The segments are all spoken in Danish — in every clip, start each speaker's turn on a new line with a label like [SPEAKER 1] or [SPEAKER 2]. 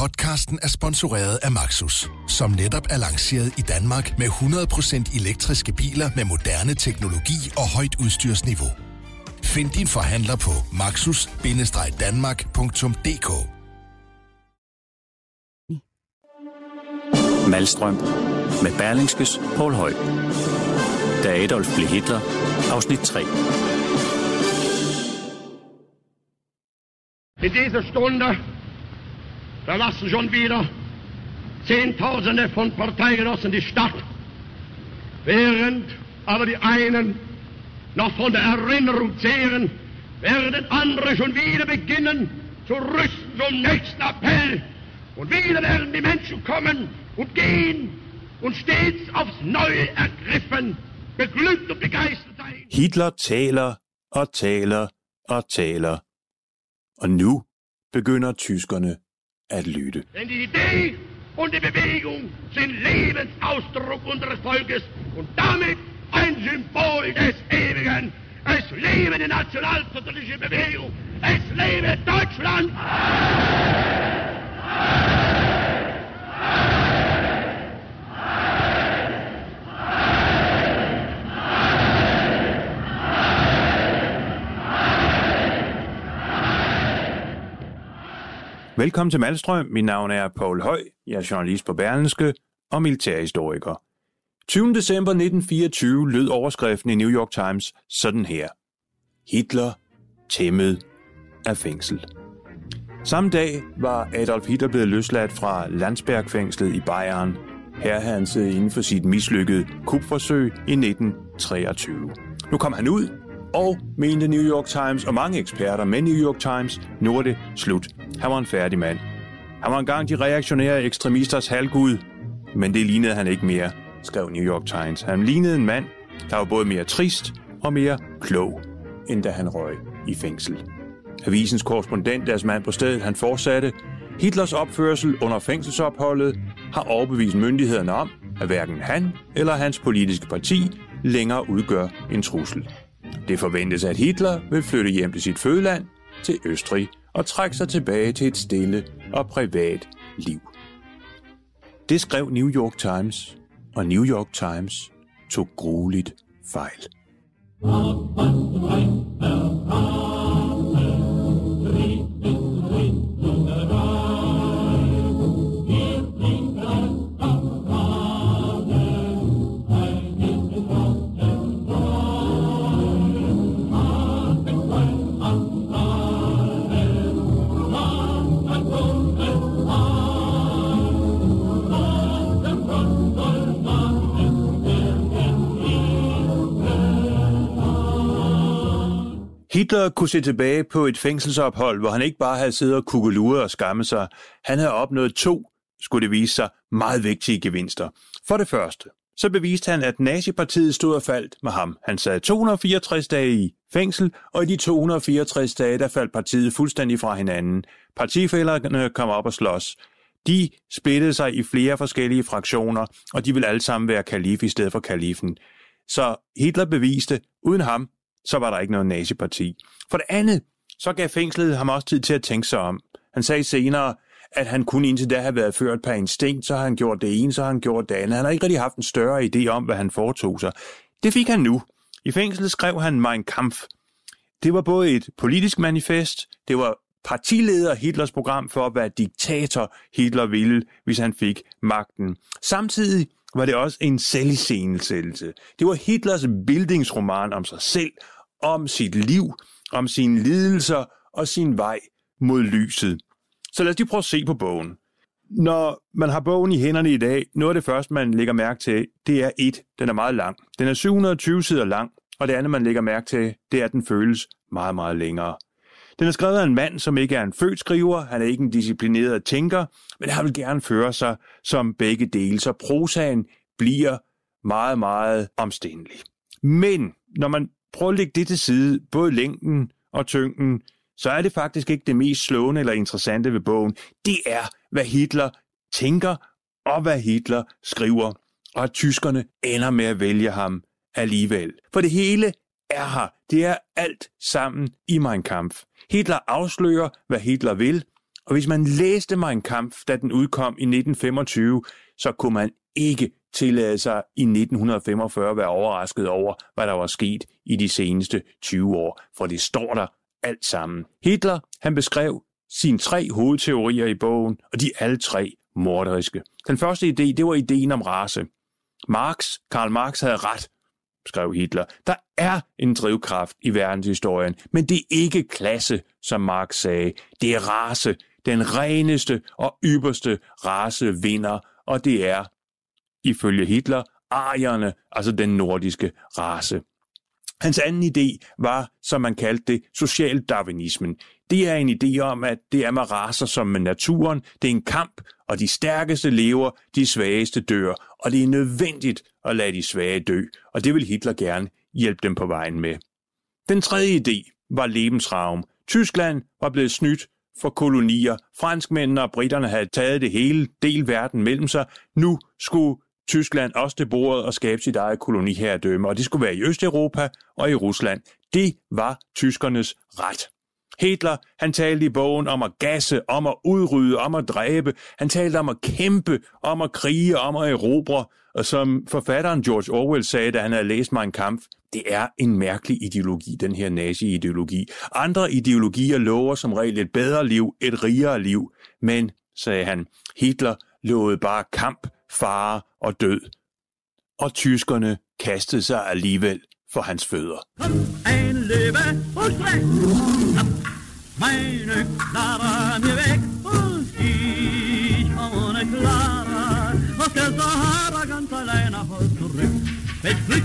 [SPEAKER 1] Podcasten er sponsoreret af Maxus, som netop er lanceret i Danmark med 100% elektriske biler med moderne teknologi og højt udstyrsniveau. Find din forhandler på maxus-danmark.dk.
[SPEAKER 2] Malmstrøm med Berlingskes Poul Høj. Da Adolf blev Hitler, afsnit 3.
[SPEAKER 3] In dieser Stunde verlassen schon wieder Zehntausende von Parteigenossen die Stadt, während aber die einen noch von der Erinnerung zehren, werden andere schon wieder beginnen zu rüsten zum nächsten Appell. Und wieder werden die Menschen kommen und gehen und stets aufs Neue ergriffen, beglückt und begeistert sein.
[SPEAKER 2] Hitler taler og taler og taler. Og nu begynder tyskerne at lytte.
[SPEAKER 3] Denn die Idee und die Bewegung sind Lebensausdruck unseres Volkes und damit ein Symbol des Ewigen. Es lebe die nationalsozialistische Bewegung. Es lebe Deutschland.
[SPEAKER 2] Velkommen til Malmstrøm. Mit navn er Poul Høj. Jeg er journalist på Berlingske og militærhistoriker. 20. december 1924 lød overskriften i New York Times sådan her. Hitler tæmmet af fængsel. Samme dag var Adolf Hitler blevet løsladt fra Landsberg-fængslet i Bayern. Her havde han siddet inden for sit mislykkede kupforsøg i 1923. Nu kom han ud, og mente New York Times og mange eksperter med New York Times, nu er det slut. Han var en færdig mand. Han var engang de reaktionære ekstremisters halvgud, men det lignede han ikke mere, skrev New York Times. Han lignede en mand, der var både mere trist og mere klog, end da han røg i fængsel. Avisens korrespondent, deres mand på stedet, han fortsatte. Hitlers opførsel under fængselsopholdet har overbevist myndighederne om, at hverken han eller hans politiske parti længere udgør en trussel. Det forventes, at Hitler vil flytte hjem til sit fødeland, til Østrig, og trække sig tilbage til et stille og privat liv. Det skrev New York Times, og New York Times tog grueligt fejl. Hitler kunne se tilbage på et fængselsophold, hvor han ikke bare havde siddet og kukkeluret og skamme sig. Han havde opnået 2, skulle det vise sig, meget vigtige gevinster. For det første, så beviste han, at nazipartiet stod og faldt med ham. Han sad 264 dage i fængsel, og i de 264 dage, der faldt partiet fuldstændig fra hinanden. Partifællerne kom op og slås. De splittede sig i flere forskellige fraktioner, og de ville alle sammen være kalif i stedet for kalifen. Så Hitler beviste, uden ham, så var der ikke noget naziparti. For det andet, så gav fængslet ham også tid til at tænke sig om. Han sagde senere, at han kunne indtil da have været ført per instinkt, så har han gjort det ene, så har han gjort det andet. Han har ikke rigtig haft en større idé om, hvad han foretog sig. Det fik han nu. I fængslet skrev han Mein Kampf. Det var både et politisk manifest, det var partileder Hitlers program for, hvad diktator Hitler ville, hvis han fik magten. Samtidig var det også en selviscenesættelse. Det var Hitlers bildingsroman om sig selv, om sit liv, om sine lidelser og sin vej mod lyset. Så lad os lige prøve at se på bogen. Når man har bogen i hænderne i dag, noget af det første, man lægger mærke til, det er 1. Den er meget lang. Den er 720 sider lang, og det andet, man lægger mærke til, det er, at den føles meget, meget længere. Den er skrevet af en mand, som ikke er en født skriver, han er ikke en disciplineret tænker, men han vil gerne føre sig som begge dele, så prosaen bliver meget, meget omstændelig. Men når man prøver at lægge det til side, både længden og tyngden, så er det faktisk ikke det mest slående eller interessante ved bogen. Det er, hvad Hitler tænker og hvad Hitler skriver, og at tyskerne ender med at vælge ham alligevel. For det hele er her. Det er alt sammen i Mein Kampf. Hitler afslører, hvad Hitler vil, Og hvis man læste Mein Kampf, da den udkom i 1925, så kunne man ikke tillade sig i 1945 at være overrasket over, hvad der var sket i de seneste 20 år, for det står der alt sammen. Hitler, han beskrev sine 3 hovedteorier i bogen, og de er alle 3 morderiske. Den første idé, det var ideen om race. Karl Marx havde ret, skrev Hitler. Der er en drivkraft i verdenshistorien, men det er ikke klasse, som Marx sagde. Det er race. Den reneste og ypperste race vinder, og det er, ifølge Hitler, arierne, altså den nordiske race. Hans anden idé var, som man kaldte det, socialdarwinismen. Det er en idé om, at det er med racer som med naturen. Det er en kamp, og de stærkeste lever, de svageste dør. Og det er nødvendigt at lade de svage dø, og det vil Hitler gerne hjælpe dem på vejen med. Den tredje idé var Lebensraum. Tyskland var blevet snydt for kolonier. Franskmændene og britterne havde taget det hele del verden mellem sig. Nu skulle Tyskland også til bordet og skabe sit eget koloniherredømme, og det skulle være i Østeuropa og i Rusland. Det var tyskernes ret. Hitler, han talte i bogen om at gasse, om at udrydde, om at dræbe. Han talte om at kæmpe, om at krige, om at erobre. Og som forfatteren George Orwell sagde, da han havde læst Mein Kampf, det er en mærkelig ideologi, den her nazi-ideologi. Andre ideologier lover som regel et bedre liv, et rigere liv. Men, sagde han, Hitler lovede bare kamp, fare og død. Og tyskerne kastede sig alligevel for hans fødder.
[SPEAKER 4] Ein Leben und Schreck, meine Clara mir weg und ich ohne Clara aus der Sahara ganz allein nach Hause zurück. Mit Glück.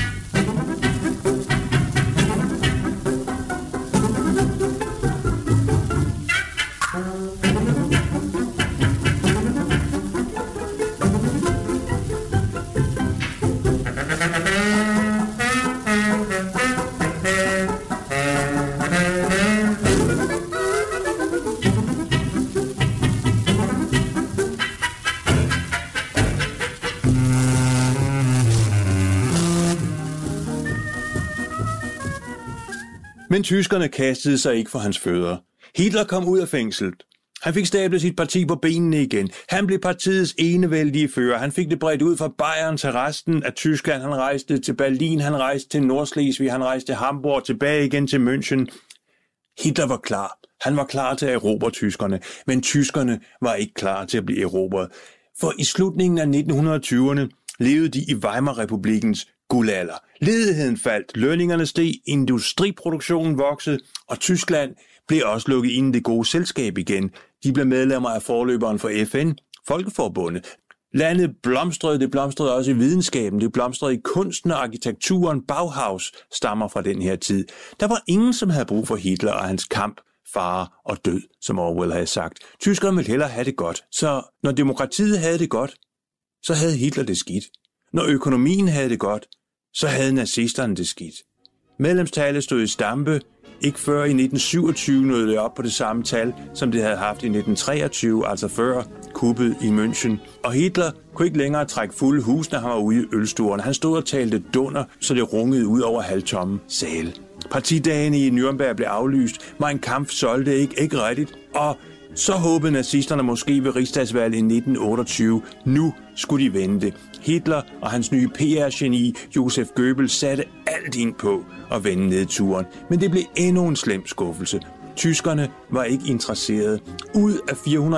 [SPEAKER 2] Men tyskerne kastede sig ikke for hans fødder. Hitler kom ud af fængslet. Han fik stablet sit parti på benene igen. Han blev partiets enevældige fører. Han fik det bredt ud fra Bayern til resten af Tyskland. Han rejste til Berlin, han rejste til Nordslesvig, han rejste til Hamburg, tilbage igen til München. Hitler var klar. Han var klar til at erobre tyskerne, men tyskerne var ikke klar til at blive erobret. For i slutningen af 1920'erne levede de i Weimar-republikens guldalder. Ledigheden faldt, lønningerne steg, industriproduktionen voksede, og Tyskland blev også lukket ind i det gode selskab igen. De blev medlemmer af forløberen for FN, Folkeforbundet. Landet blomstrede, det blomstrede også i videnskaben, det blomstrede i kunsten og arkitekturen. Bauhaus stammer fra den her tid. Der var ingen, som havde brug for Hitler og hans kamp, fare og død, som Orwell havde sagt. Tyskerne ville hellere have det godt, så når demokratiet havde det godt, så havde Hitler det skidt. Når økonomien havde det godt, så havde nazisterne det skidt. Medlemstallet stod i stampe. Ikke før i 1927 nåede det op på det samme tal, som det havde haft i 1923, altså før kuppet i München. Og Hitler kunne ikke længere trække fulde hus, når han var ude i ølstuerne. Han stod og talte dunder, så det rungede ud over halvtomme sale. Partidagene i Nürnberg blev aflyst. Mein Kampf solgte ikke rigtigt. Og så håbede nazisterne måske ved rigsdagsvalget i 1928. Nu skulle de vende det. Hitler og hans nye PR-geni, Josef Goebbels, satte alt ind på at vende nedturen. Men det blev endnu en slem skuffelse. Tyskerne var ikke interesserede. Ud af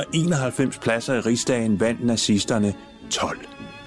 [SPEAKER 2] 491 pladser i rigsdagen vandt nazisterne 12.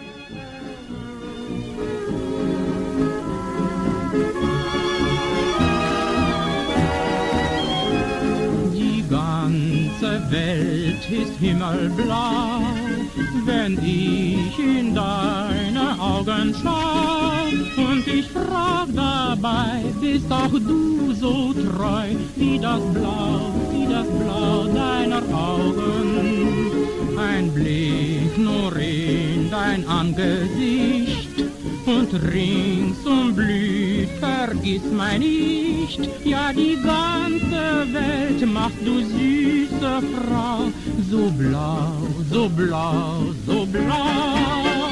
[SPEAKER 5] Welt ist himmelblau, wenn ich in deine Augen schau. Und ich frag dabei, bist auch du so treu wie das Blau deiner Augen. Ein Blick nur in dein Angesicht und ringsum blüht, vergiss mein nicht. Ja, die ganze Welt macht du süße Frau, so blau, so blau, so blau.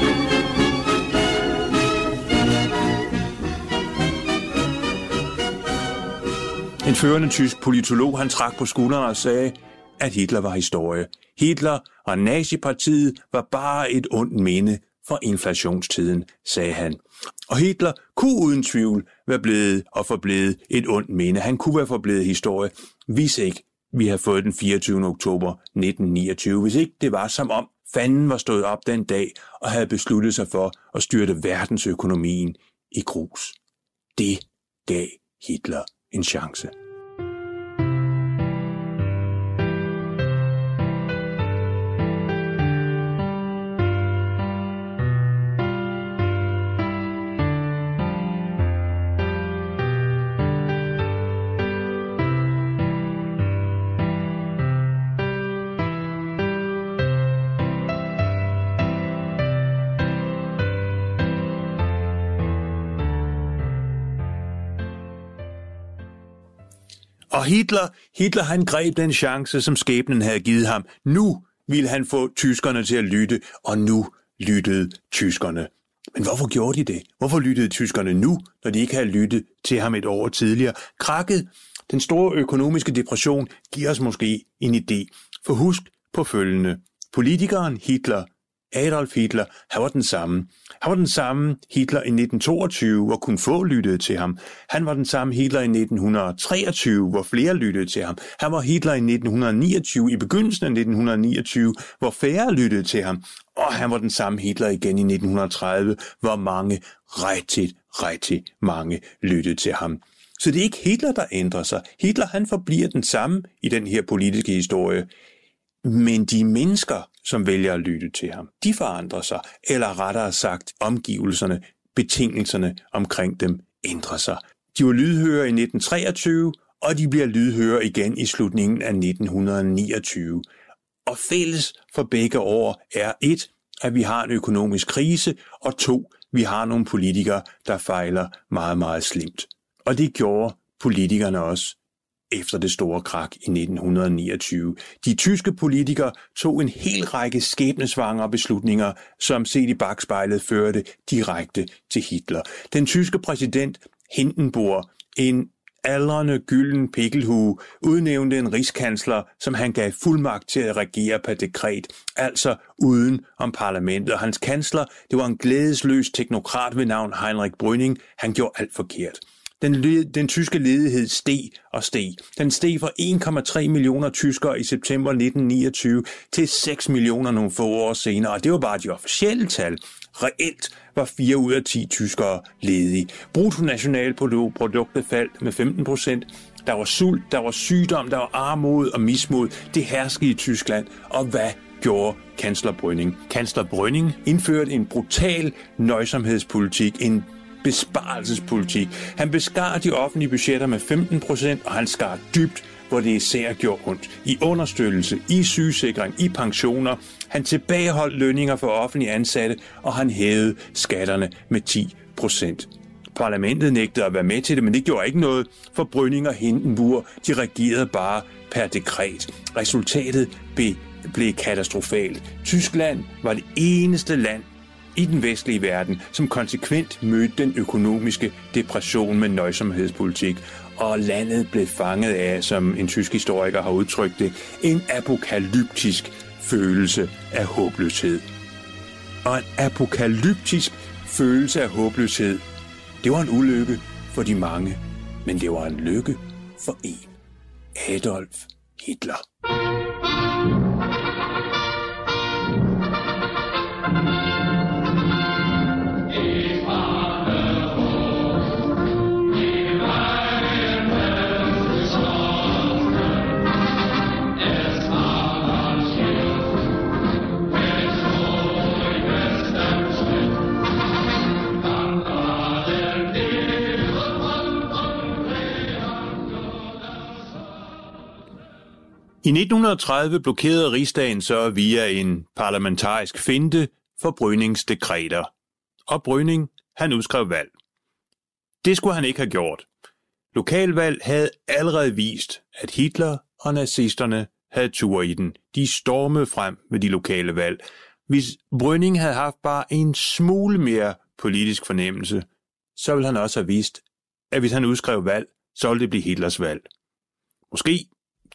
[SPEAKER 2] En førende tysk politolog, han trak på skuldrene og sagde, at Hitler var historie. Hitler og Nazipartiet var bare et ondt minde fra inflationstiden, sagde han. Og Hitler kunne uden tvivl være blevet og forblevet et ondt minde. Han kunne være forblevet historie, hvis ikke vi havde fået den 24. oktober 1929. Hvis ikke det var som om fanden var stået op den dag og havde besluttet sig for at styrte verdensøkonomien i grus. Det gav Hitler en chance. Og Hitler han greb den chance, som skæbnen havde givet ham. Nu ville han få tyskerne til at lytte, og nu lyttede tyskerne. Men hvorfor gjorde de det? Hvorfor lyttede tyskerne nu, når de ikke havde lyttet til ham et år tidligere? Krakket, den store økonomiske depression, giver os måske en idé. For husk på følgende. Politikeren Hitler, Adolf Hitler, han var den samme. Han var den samme Hitler i 1922, hvor kun få lyttede til ham. Han var den samme Hitler i 1923, hvor flere lyttede til ham. Han var Hitler i 1929, i begyndelsen af 1929, hvor færre lyttede til ham. Og han var den samme Hitler igen i 1930, hvor mange, rigtig mange lyttede til ham. Så det er ikke Hitler, der ændrer sig. Hitler, han forbliver den samme i den her politiske historie. Men de mennesker, som vælger at lytte til ham, de forandrer sig, eller rettere sagt, omgivelserne, betingelserne omkring dem ændrer sig. De var lydhøre i 1923, og de bliver lydhøre igen i slutningen af 1929. Og fælles for begge år er 1, at vi har en økonomisk krise, og 2, vi har nogle politikere, der fejler meget, meget slemt. Og det gjorde politikerne også efter det store krak i 1929. De tyske politikere tog en hel række skæbnesvangre beslutninger, som set i bakspejlet førte direkte til Hitler. Den tyske præsident Hindenburg, en aldrende gylden pikkelhue, udnævnte en rigskansler, som han gav fuldmagt til at regere per dekret, altså uden om parlamentet. Og hans kansler, det var en glædesløs teknokrat ved navn Heinrich Brüning. Han gjorde alt forkert. Den tyske ledighed steg og steg. Den steg fra 1,3 millioner tyskere i september 1929 til 6 millioner nogle få år senere, og det var bare de officielle tal. Reelt var 4 ud af 10 tyskere ledige. Bruttonationalproduktet faldt med 15%. Der var sult, der var sygdom, der var armod og mismod. Det herskede i Tyskland, og hvad gjorde kansler Brüning? Kansler Brüning indførte en brutal nøjsomhedspolitik, en besparelsespolitik. Han beskar de offentlige budgetter med 15%, og han skar dybt, hvor det især gjorde ondt. I understøttelse, i sygesikring, i pensioner. Han tilbageholdt lønninger for offentlige ansatte, og han hævede skatterne med 10%. Parlamentet nægtede at være med til det, men det gjorde ikke noget, for Brüning og Hindenburg, de regerede bare per dekret. Resultatet blev katastrofalt. Tyskland var det eneste land i den vestlige verden, som konsekvent mødte den økonomiske depression med nøjsomhedspolitik, og landet blev fanget af, som en tysk historiker har udtrykt det, en apokalyptisk følelse af håbløshed. Og en apokalyptisk følelse af håbløshed, det var en ulykke for de mange, men det var en lykke for en. Adolf Hitler. I 1930 blokerede Rigsdagen så via en parlamentarisk finte for Brünings dekreter. Og Brüning, han udskrev valg. Det skulle han ikke have gjort. Lokalvalg havde allerede vist, at Hitler og nazisterne havde tur i den. De stormede frem ved de lokale valg. Hvis Brüning havde haft bare en smule mere politisk fornemmelse, så ville han også have vist, at hvis han udskrev valg, så ville det blive Hitlers valg. Måske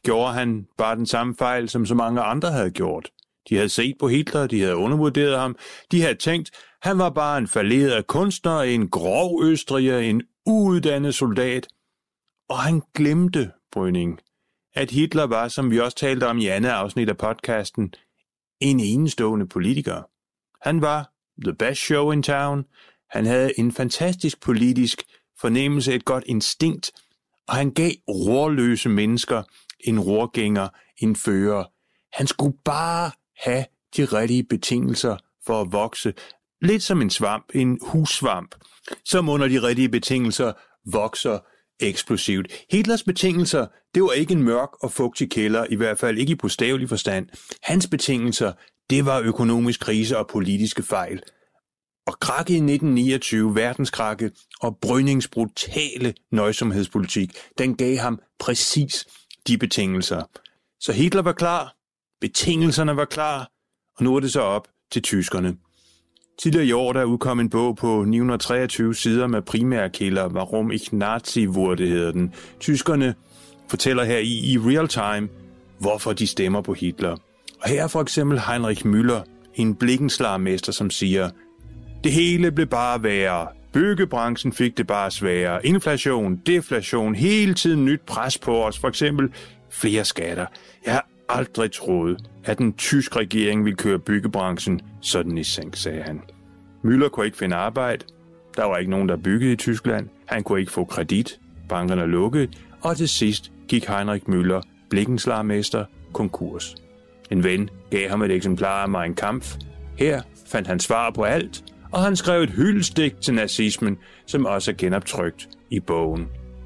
[SPEAKER 2] gjorde han bare den samme fejl, som så mange andre havde gjort. De havde set på Hitler, de havde undervurderet ham, de havde tænkt, han var bare en falderet kunstner, en grov østriger, en uuddannet soldat. Og han glemte, Brüning, at Hitler var, som vi også talte om i andet afsnit af podcasten, en enestående politiker. Han var the best show in town, han havde en fantastisk politisk fornemmelse, et godt instinkt, og han gav rorløse mennesker en rorgænger, en fører. Han skulle bare have de rigtige betingelser for at vokse. Lidt som en svamp, en hussvamp, som under de rigtige betingelser vokser eksplosivt. Hitlers betingelser, det var ikke en mørk og fugtig kælder, i hvert fald ikke i bogstavelig forstand. Hans betingelser, det var økonomisk krise og politiske fejl. Og krakket i 1929, verdenskrakket og Brünings brutale nøjsomhedspolitik, den gav ham præcis de betingelser. Så Hitler var klar, betingelserne var klar, og nu er det så op til tyskerne. Tidligere i år der udkom en bog på 923 sider med primære kilder, Warum ich Nazi wurde, hedder den. Tyskerne fortæller her i real time, hvorfor de stemmer på Hitler. Og her er for eksempel Heinrich Müller, en blikkenslarmester, som siger, det hele blev bare værre. Byggebranchen fik det bare sværere. Inflation, deflation, hele tiden nyt pres på os. For eksempel flere skatter. Jeg har aldrig troet, at den tyske regering ville køre byggebranchen sådan i sænk, sagde han. Müller kunne ikke finde arbejde. Der var ikke nogen, der byggede i Tyskland. Han kunne ikke få kredit. Bankerne lukkede. Og til sidst gik Heinrich Müller, blikkenslarmester, konkurs. En ven gav ham et eksemplar af Mein Kampf. Her fandt han svar på alt, og han skrev et hyldestigt til nazismen, som også er genoptrykt i bogen.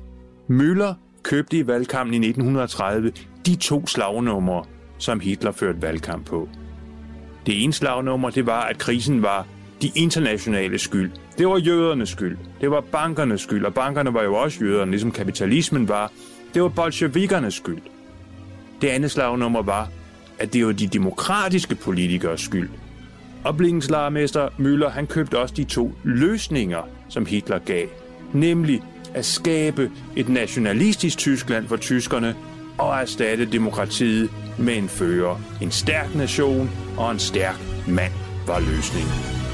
[SPEAKER 2] Müller købte i valgkampen i 1930 de 2 slagnumre, som Hitler førte valgkamp på. Det ene slagnummer, det var, at krisen var de internationale skyld. Det var jødernes skyld. Det var bankernes skyld, og bankerne var jo også jøderne, ligesom kapitalismen var. Det var bolsjevikernes skyld. Det andet slagnummer var, at det var de demokratiske politikers skyld. Og blikkenslarmester Müller, han købte også de 2 løsninger, som Hitler gav. Nemlig at skabe et nationalistisk Tyskland for tyskerne og erstatte demokratiet med en fører. En stærk nation og en stærk mand var løsningen.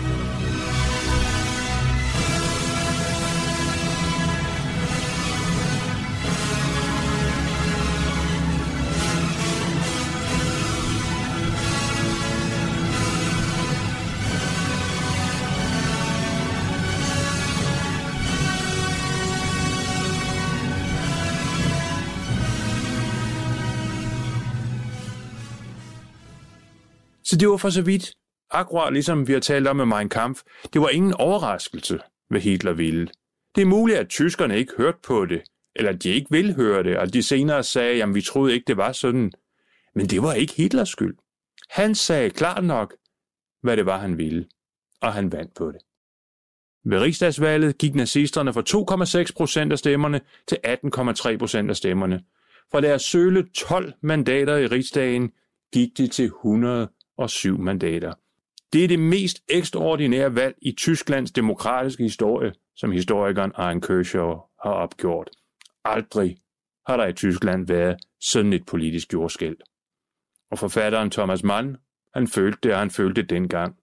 [SPEAKER 2] Så det var for så vidt, akkurat ligesom vi har talt om med Mein Kampf, det var ingen overraskelse, hvad Hitler ville. Det er muligt, at tyskerne ikke hørte på det, eller at de ikke ville høre det, og de senere sagde, jamen vi troede ikke, det var sådan. Men det var ikke Hitlers skyld. Han sagde klart nok, hvad det var, han ville, og han vandt på det. Ved rigsdagsvalget gik nazisterne fra 2,6% af stemmerne til 18,3% af stemmerne. Fra deres søle 12 mandater i rigsdagen gik de til 107 mandater. Det er det mest ekstraordinære valg i Tysklands demokratiske historie, som historikeren Arne Kershaw har opgjort. Aldrig har der i Tyskland været sådan et politisk jordskælv. Og forfatteren Thomas Mann, han følte det, og han følte det dengang.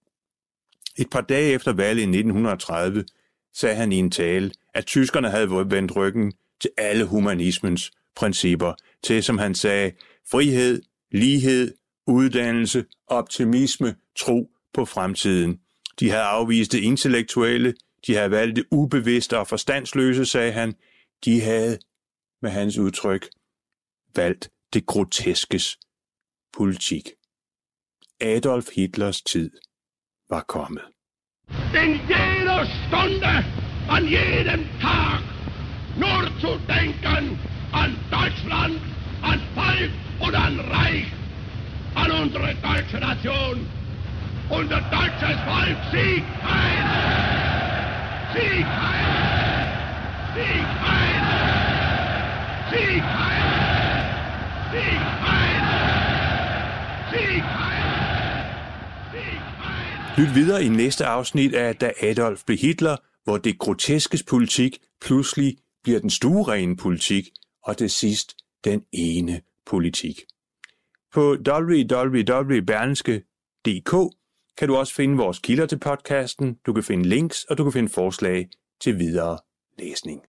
[SPEAKER 2] Et par dage efter valget i 1930 sagde han i en tale, at tyskerne havde vendt ryggen til alle humanismens principper, til, som han sagde, frihed, lighed, uddannelse, optimisme, tro på fremtiden. De havde afvist det intellektuelle, de havde valgt det ubevidste og forstandsløse, sagde han. De havde, med hans udtryk, valgt det groteskes politik. Adolf Hitlers tid var kommet.
[SPEAKER 3] In jeder Stunde, an jedem Tag, nur zu denken an Deutschland, an Volk und an Reich, an unsere deutsche Nation. Unser deutsches Volk, Sieg heil! Sieg heil! Sieg heil! Sieg heil! Sieg heil! Sieg heil! Sieg heil!
[SPEAKER 2] Lyt videre i næste afsnit af Da Adolf blev Hitler, hvor det groteskes politik pludselig bliver den stuerene politik, og til sidst den ene politik. På www.berlingske.dk kan du også finde vores kilder til podcasten, du kan finde links, og du kan finde forslag til videre læsning.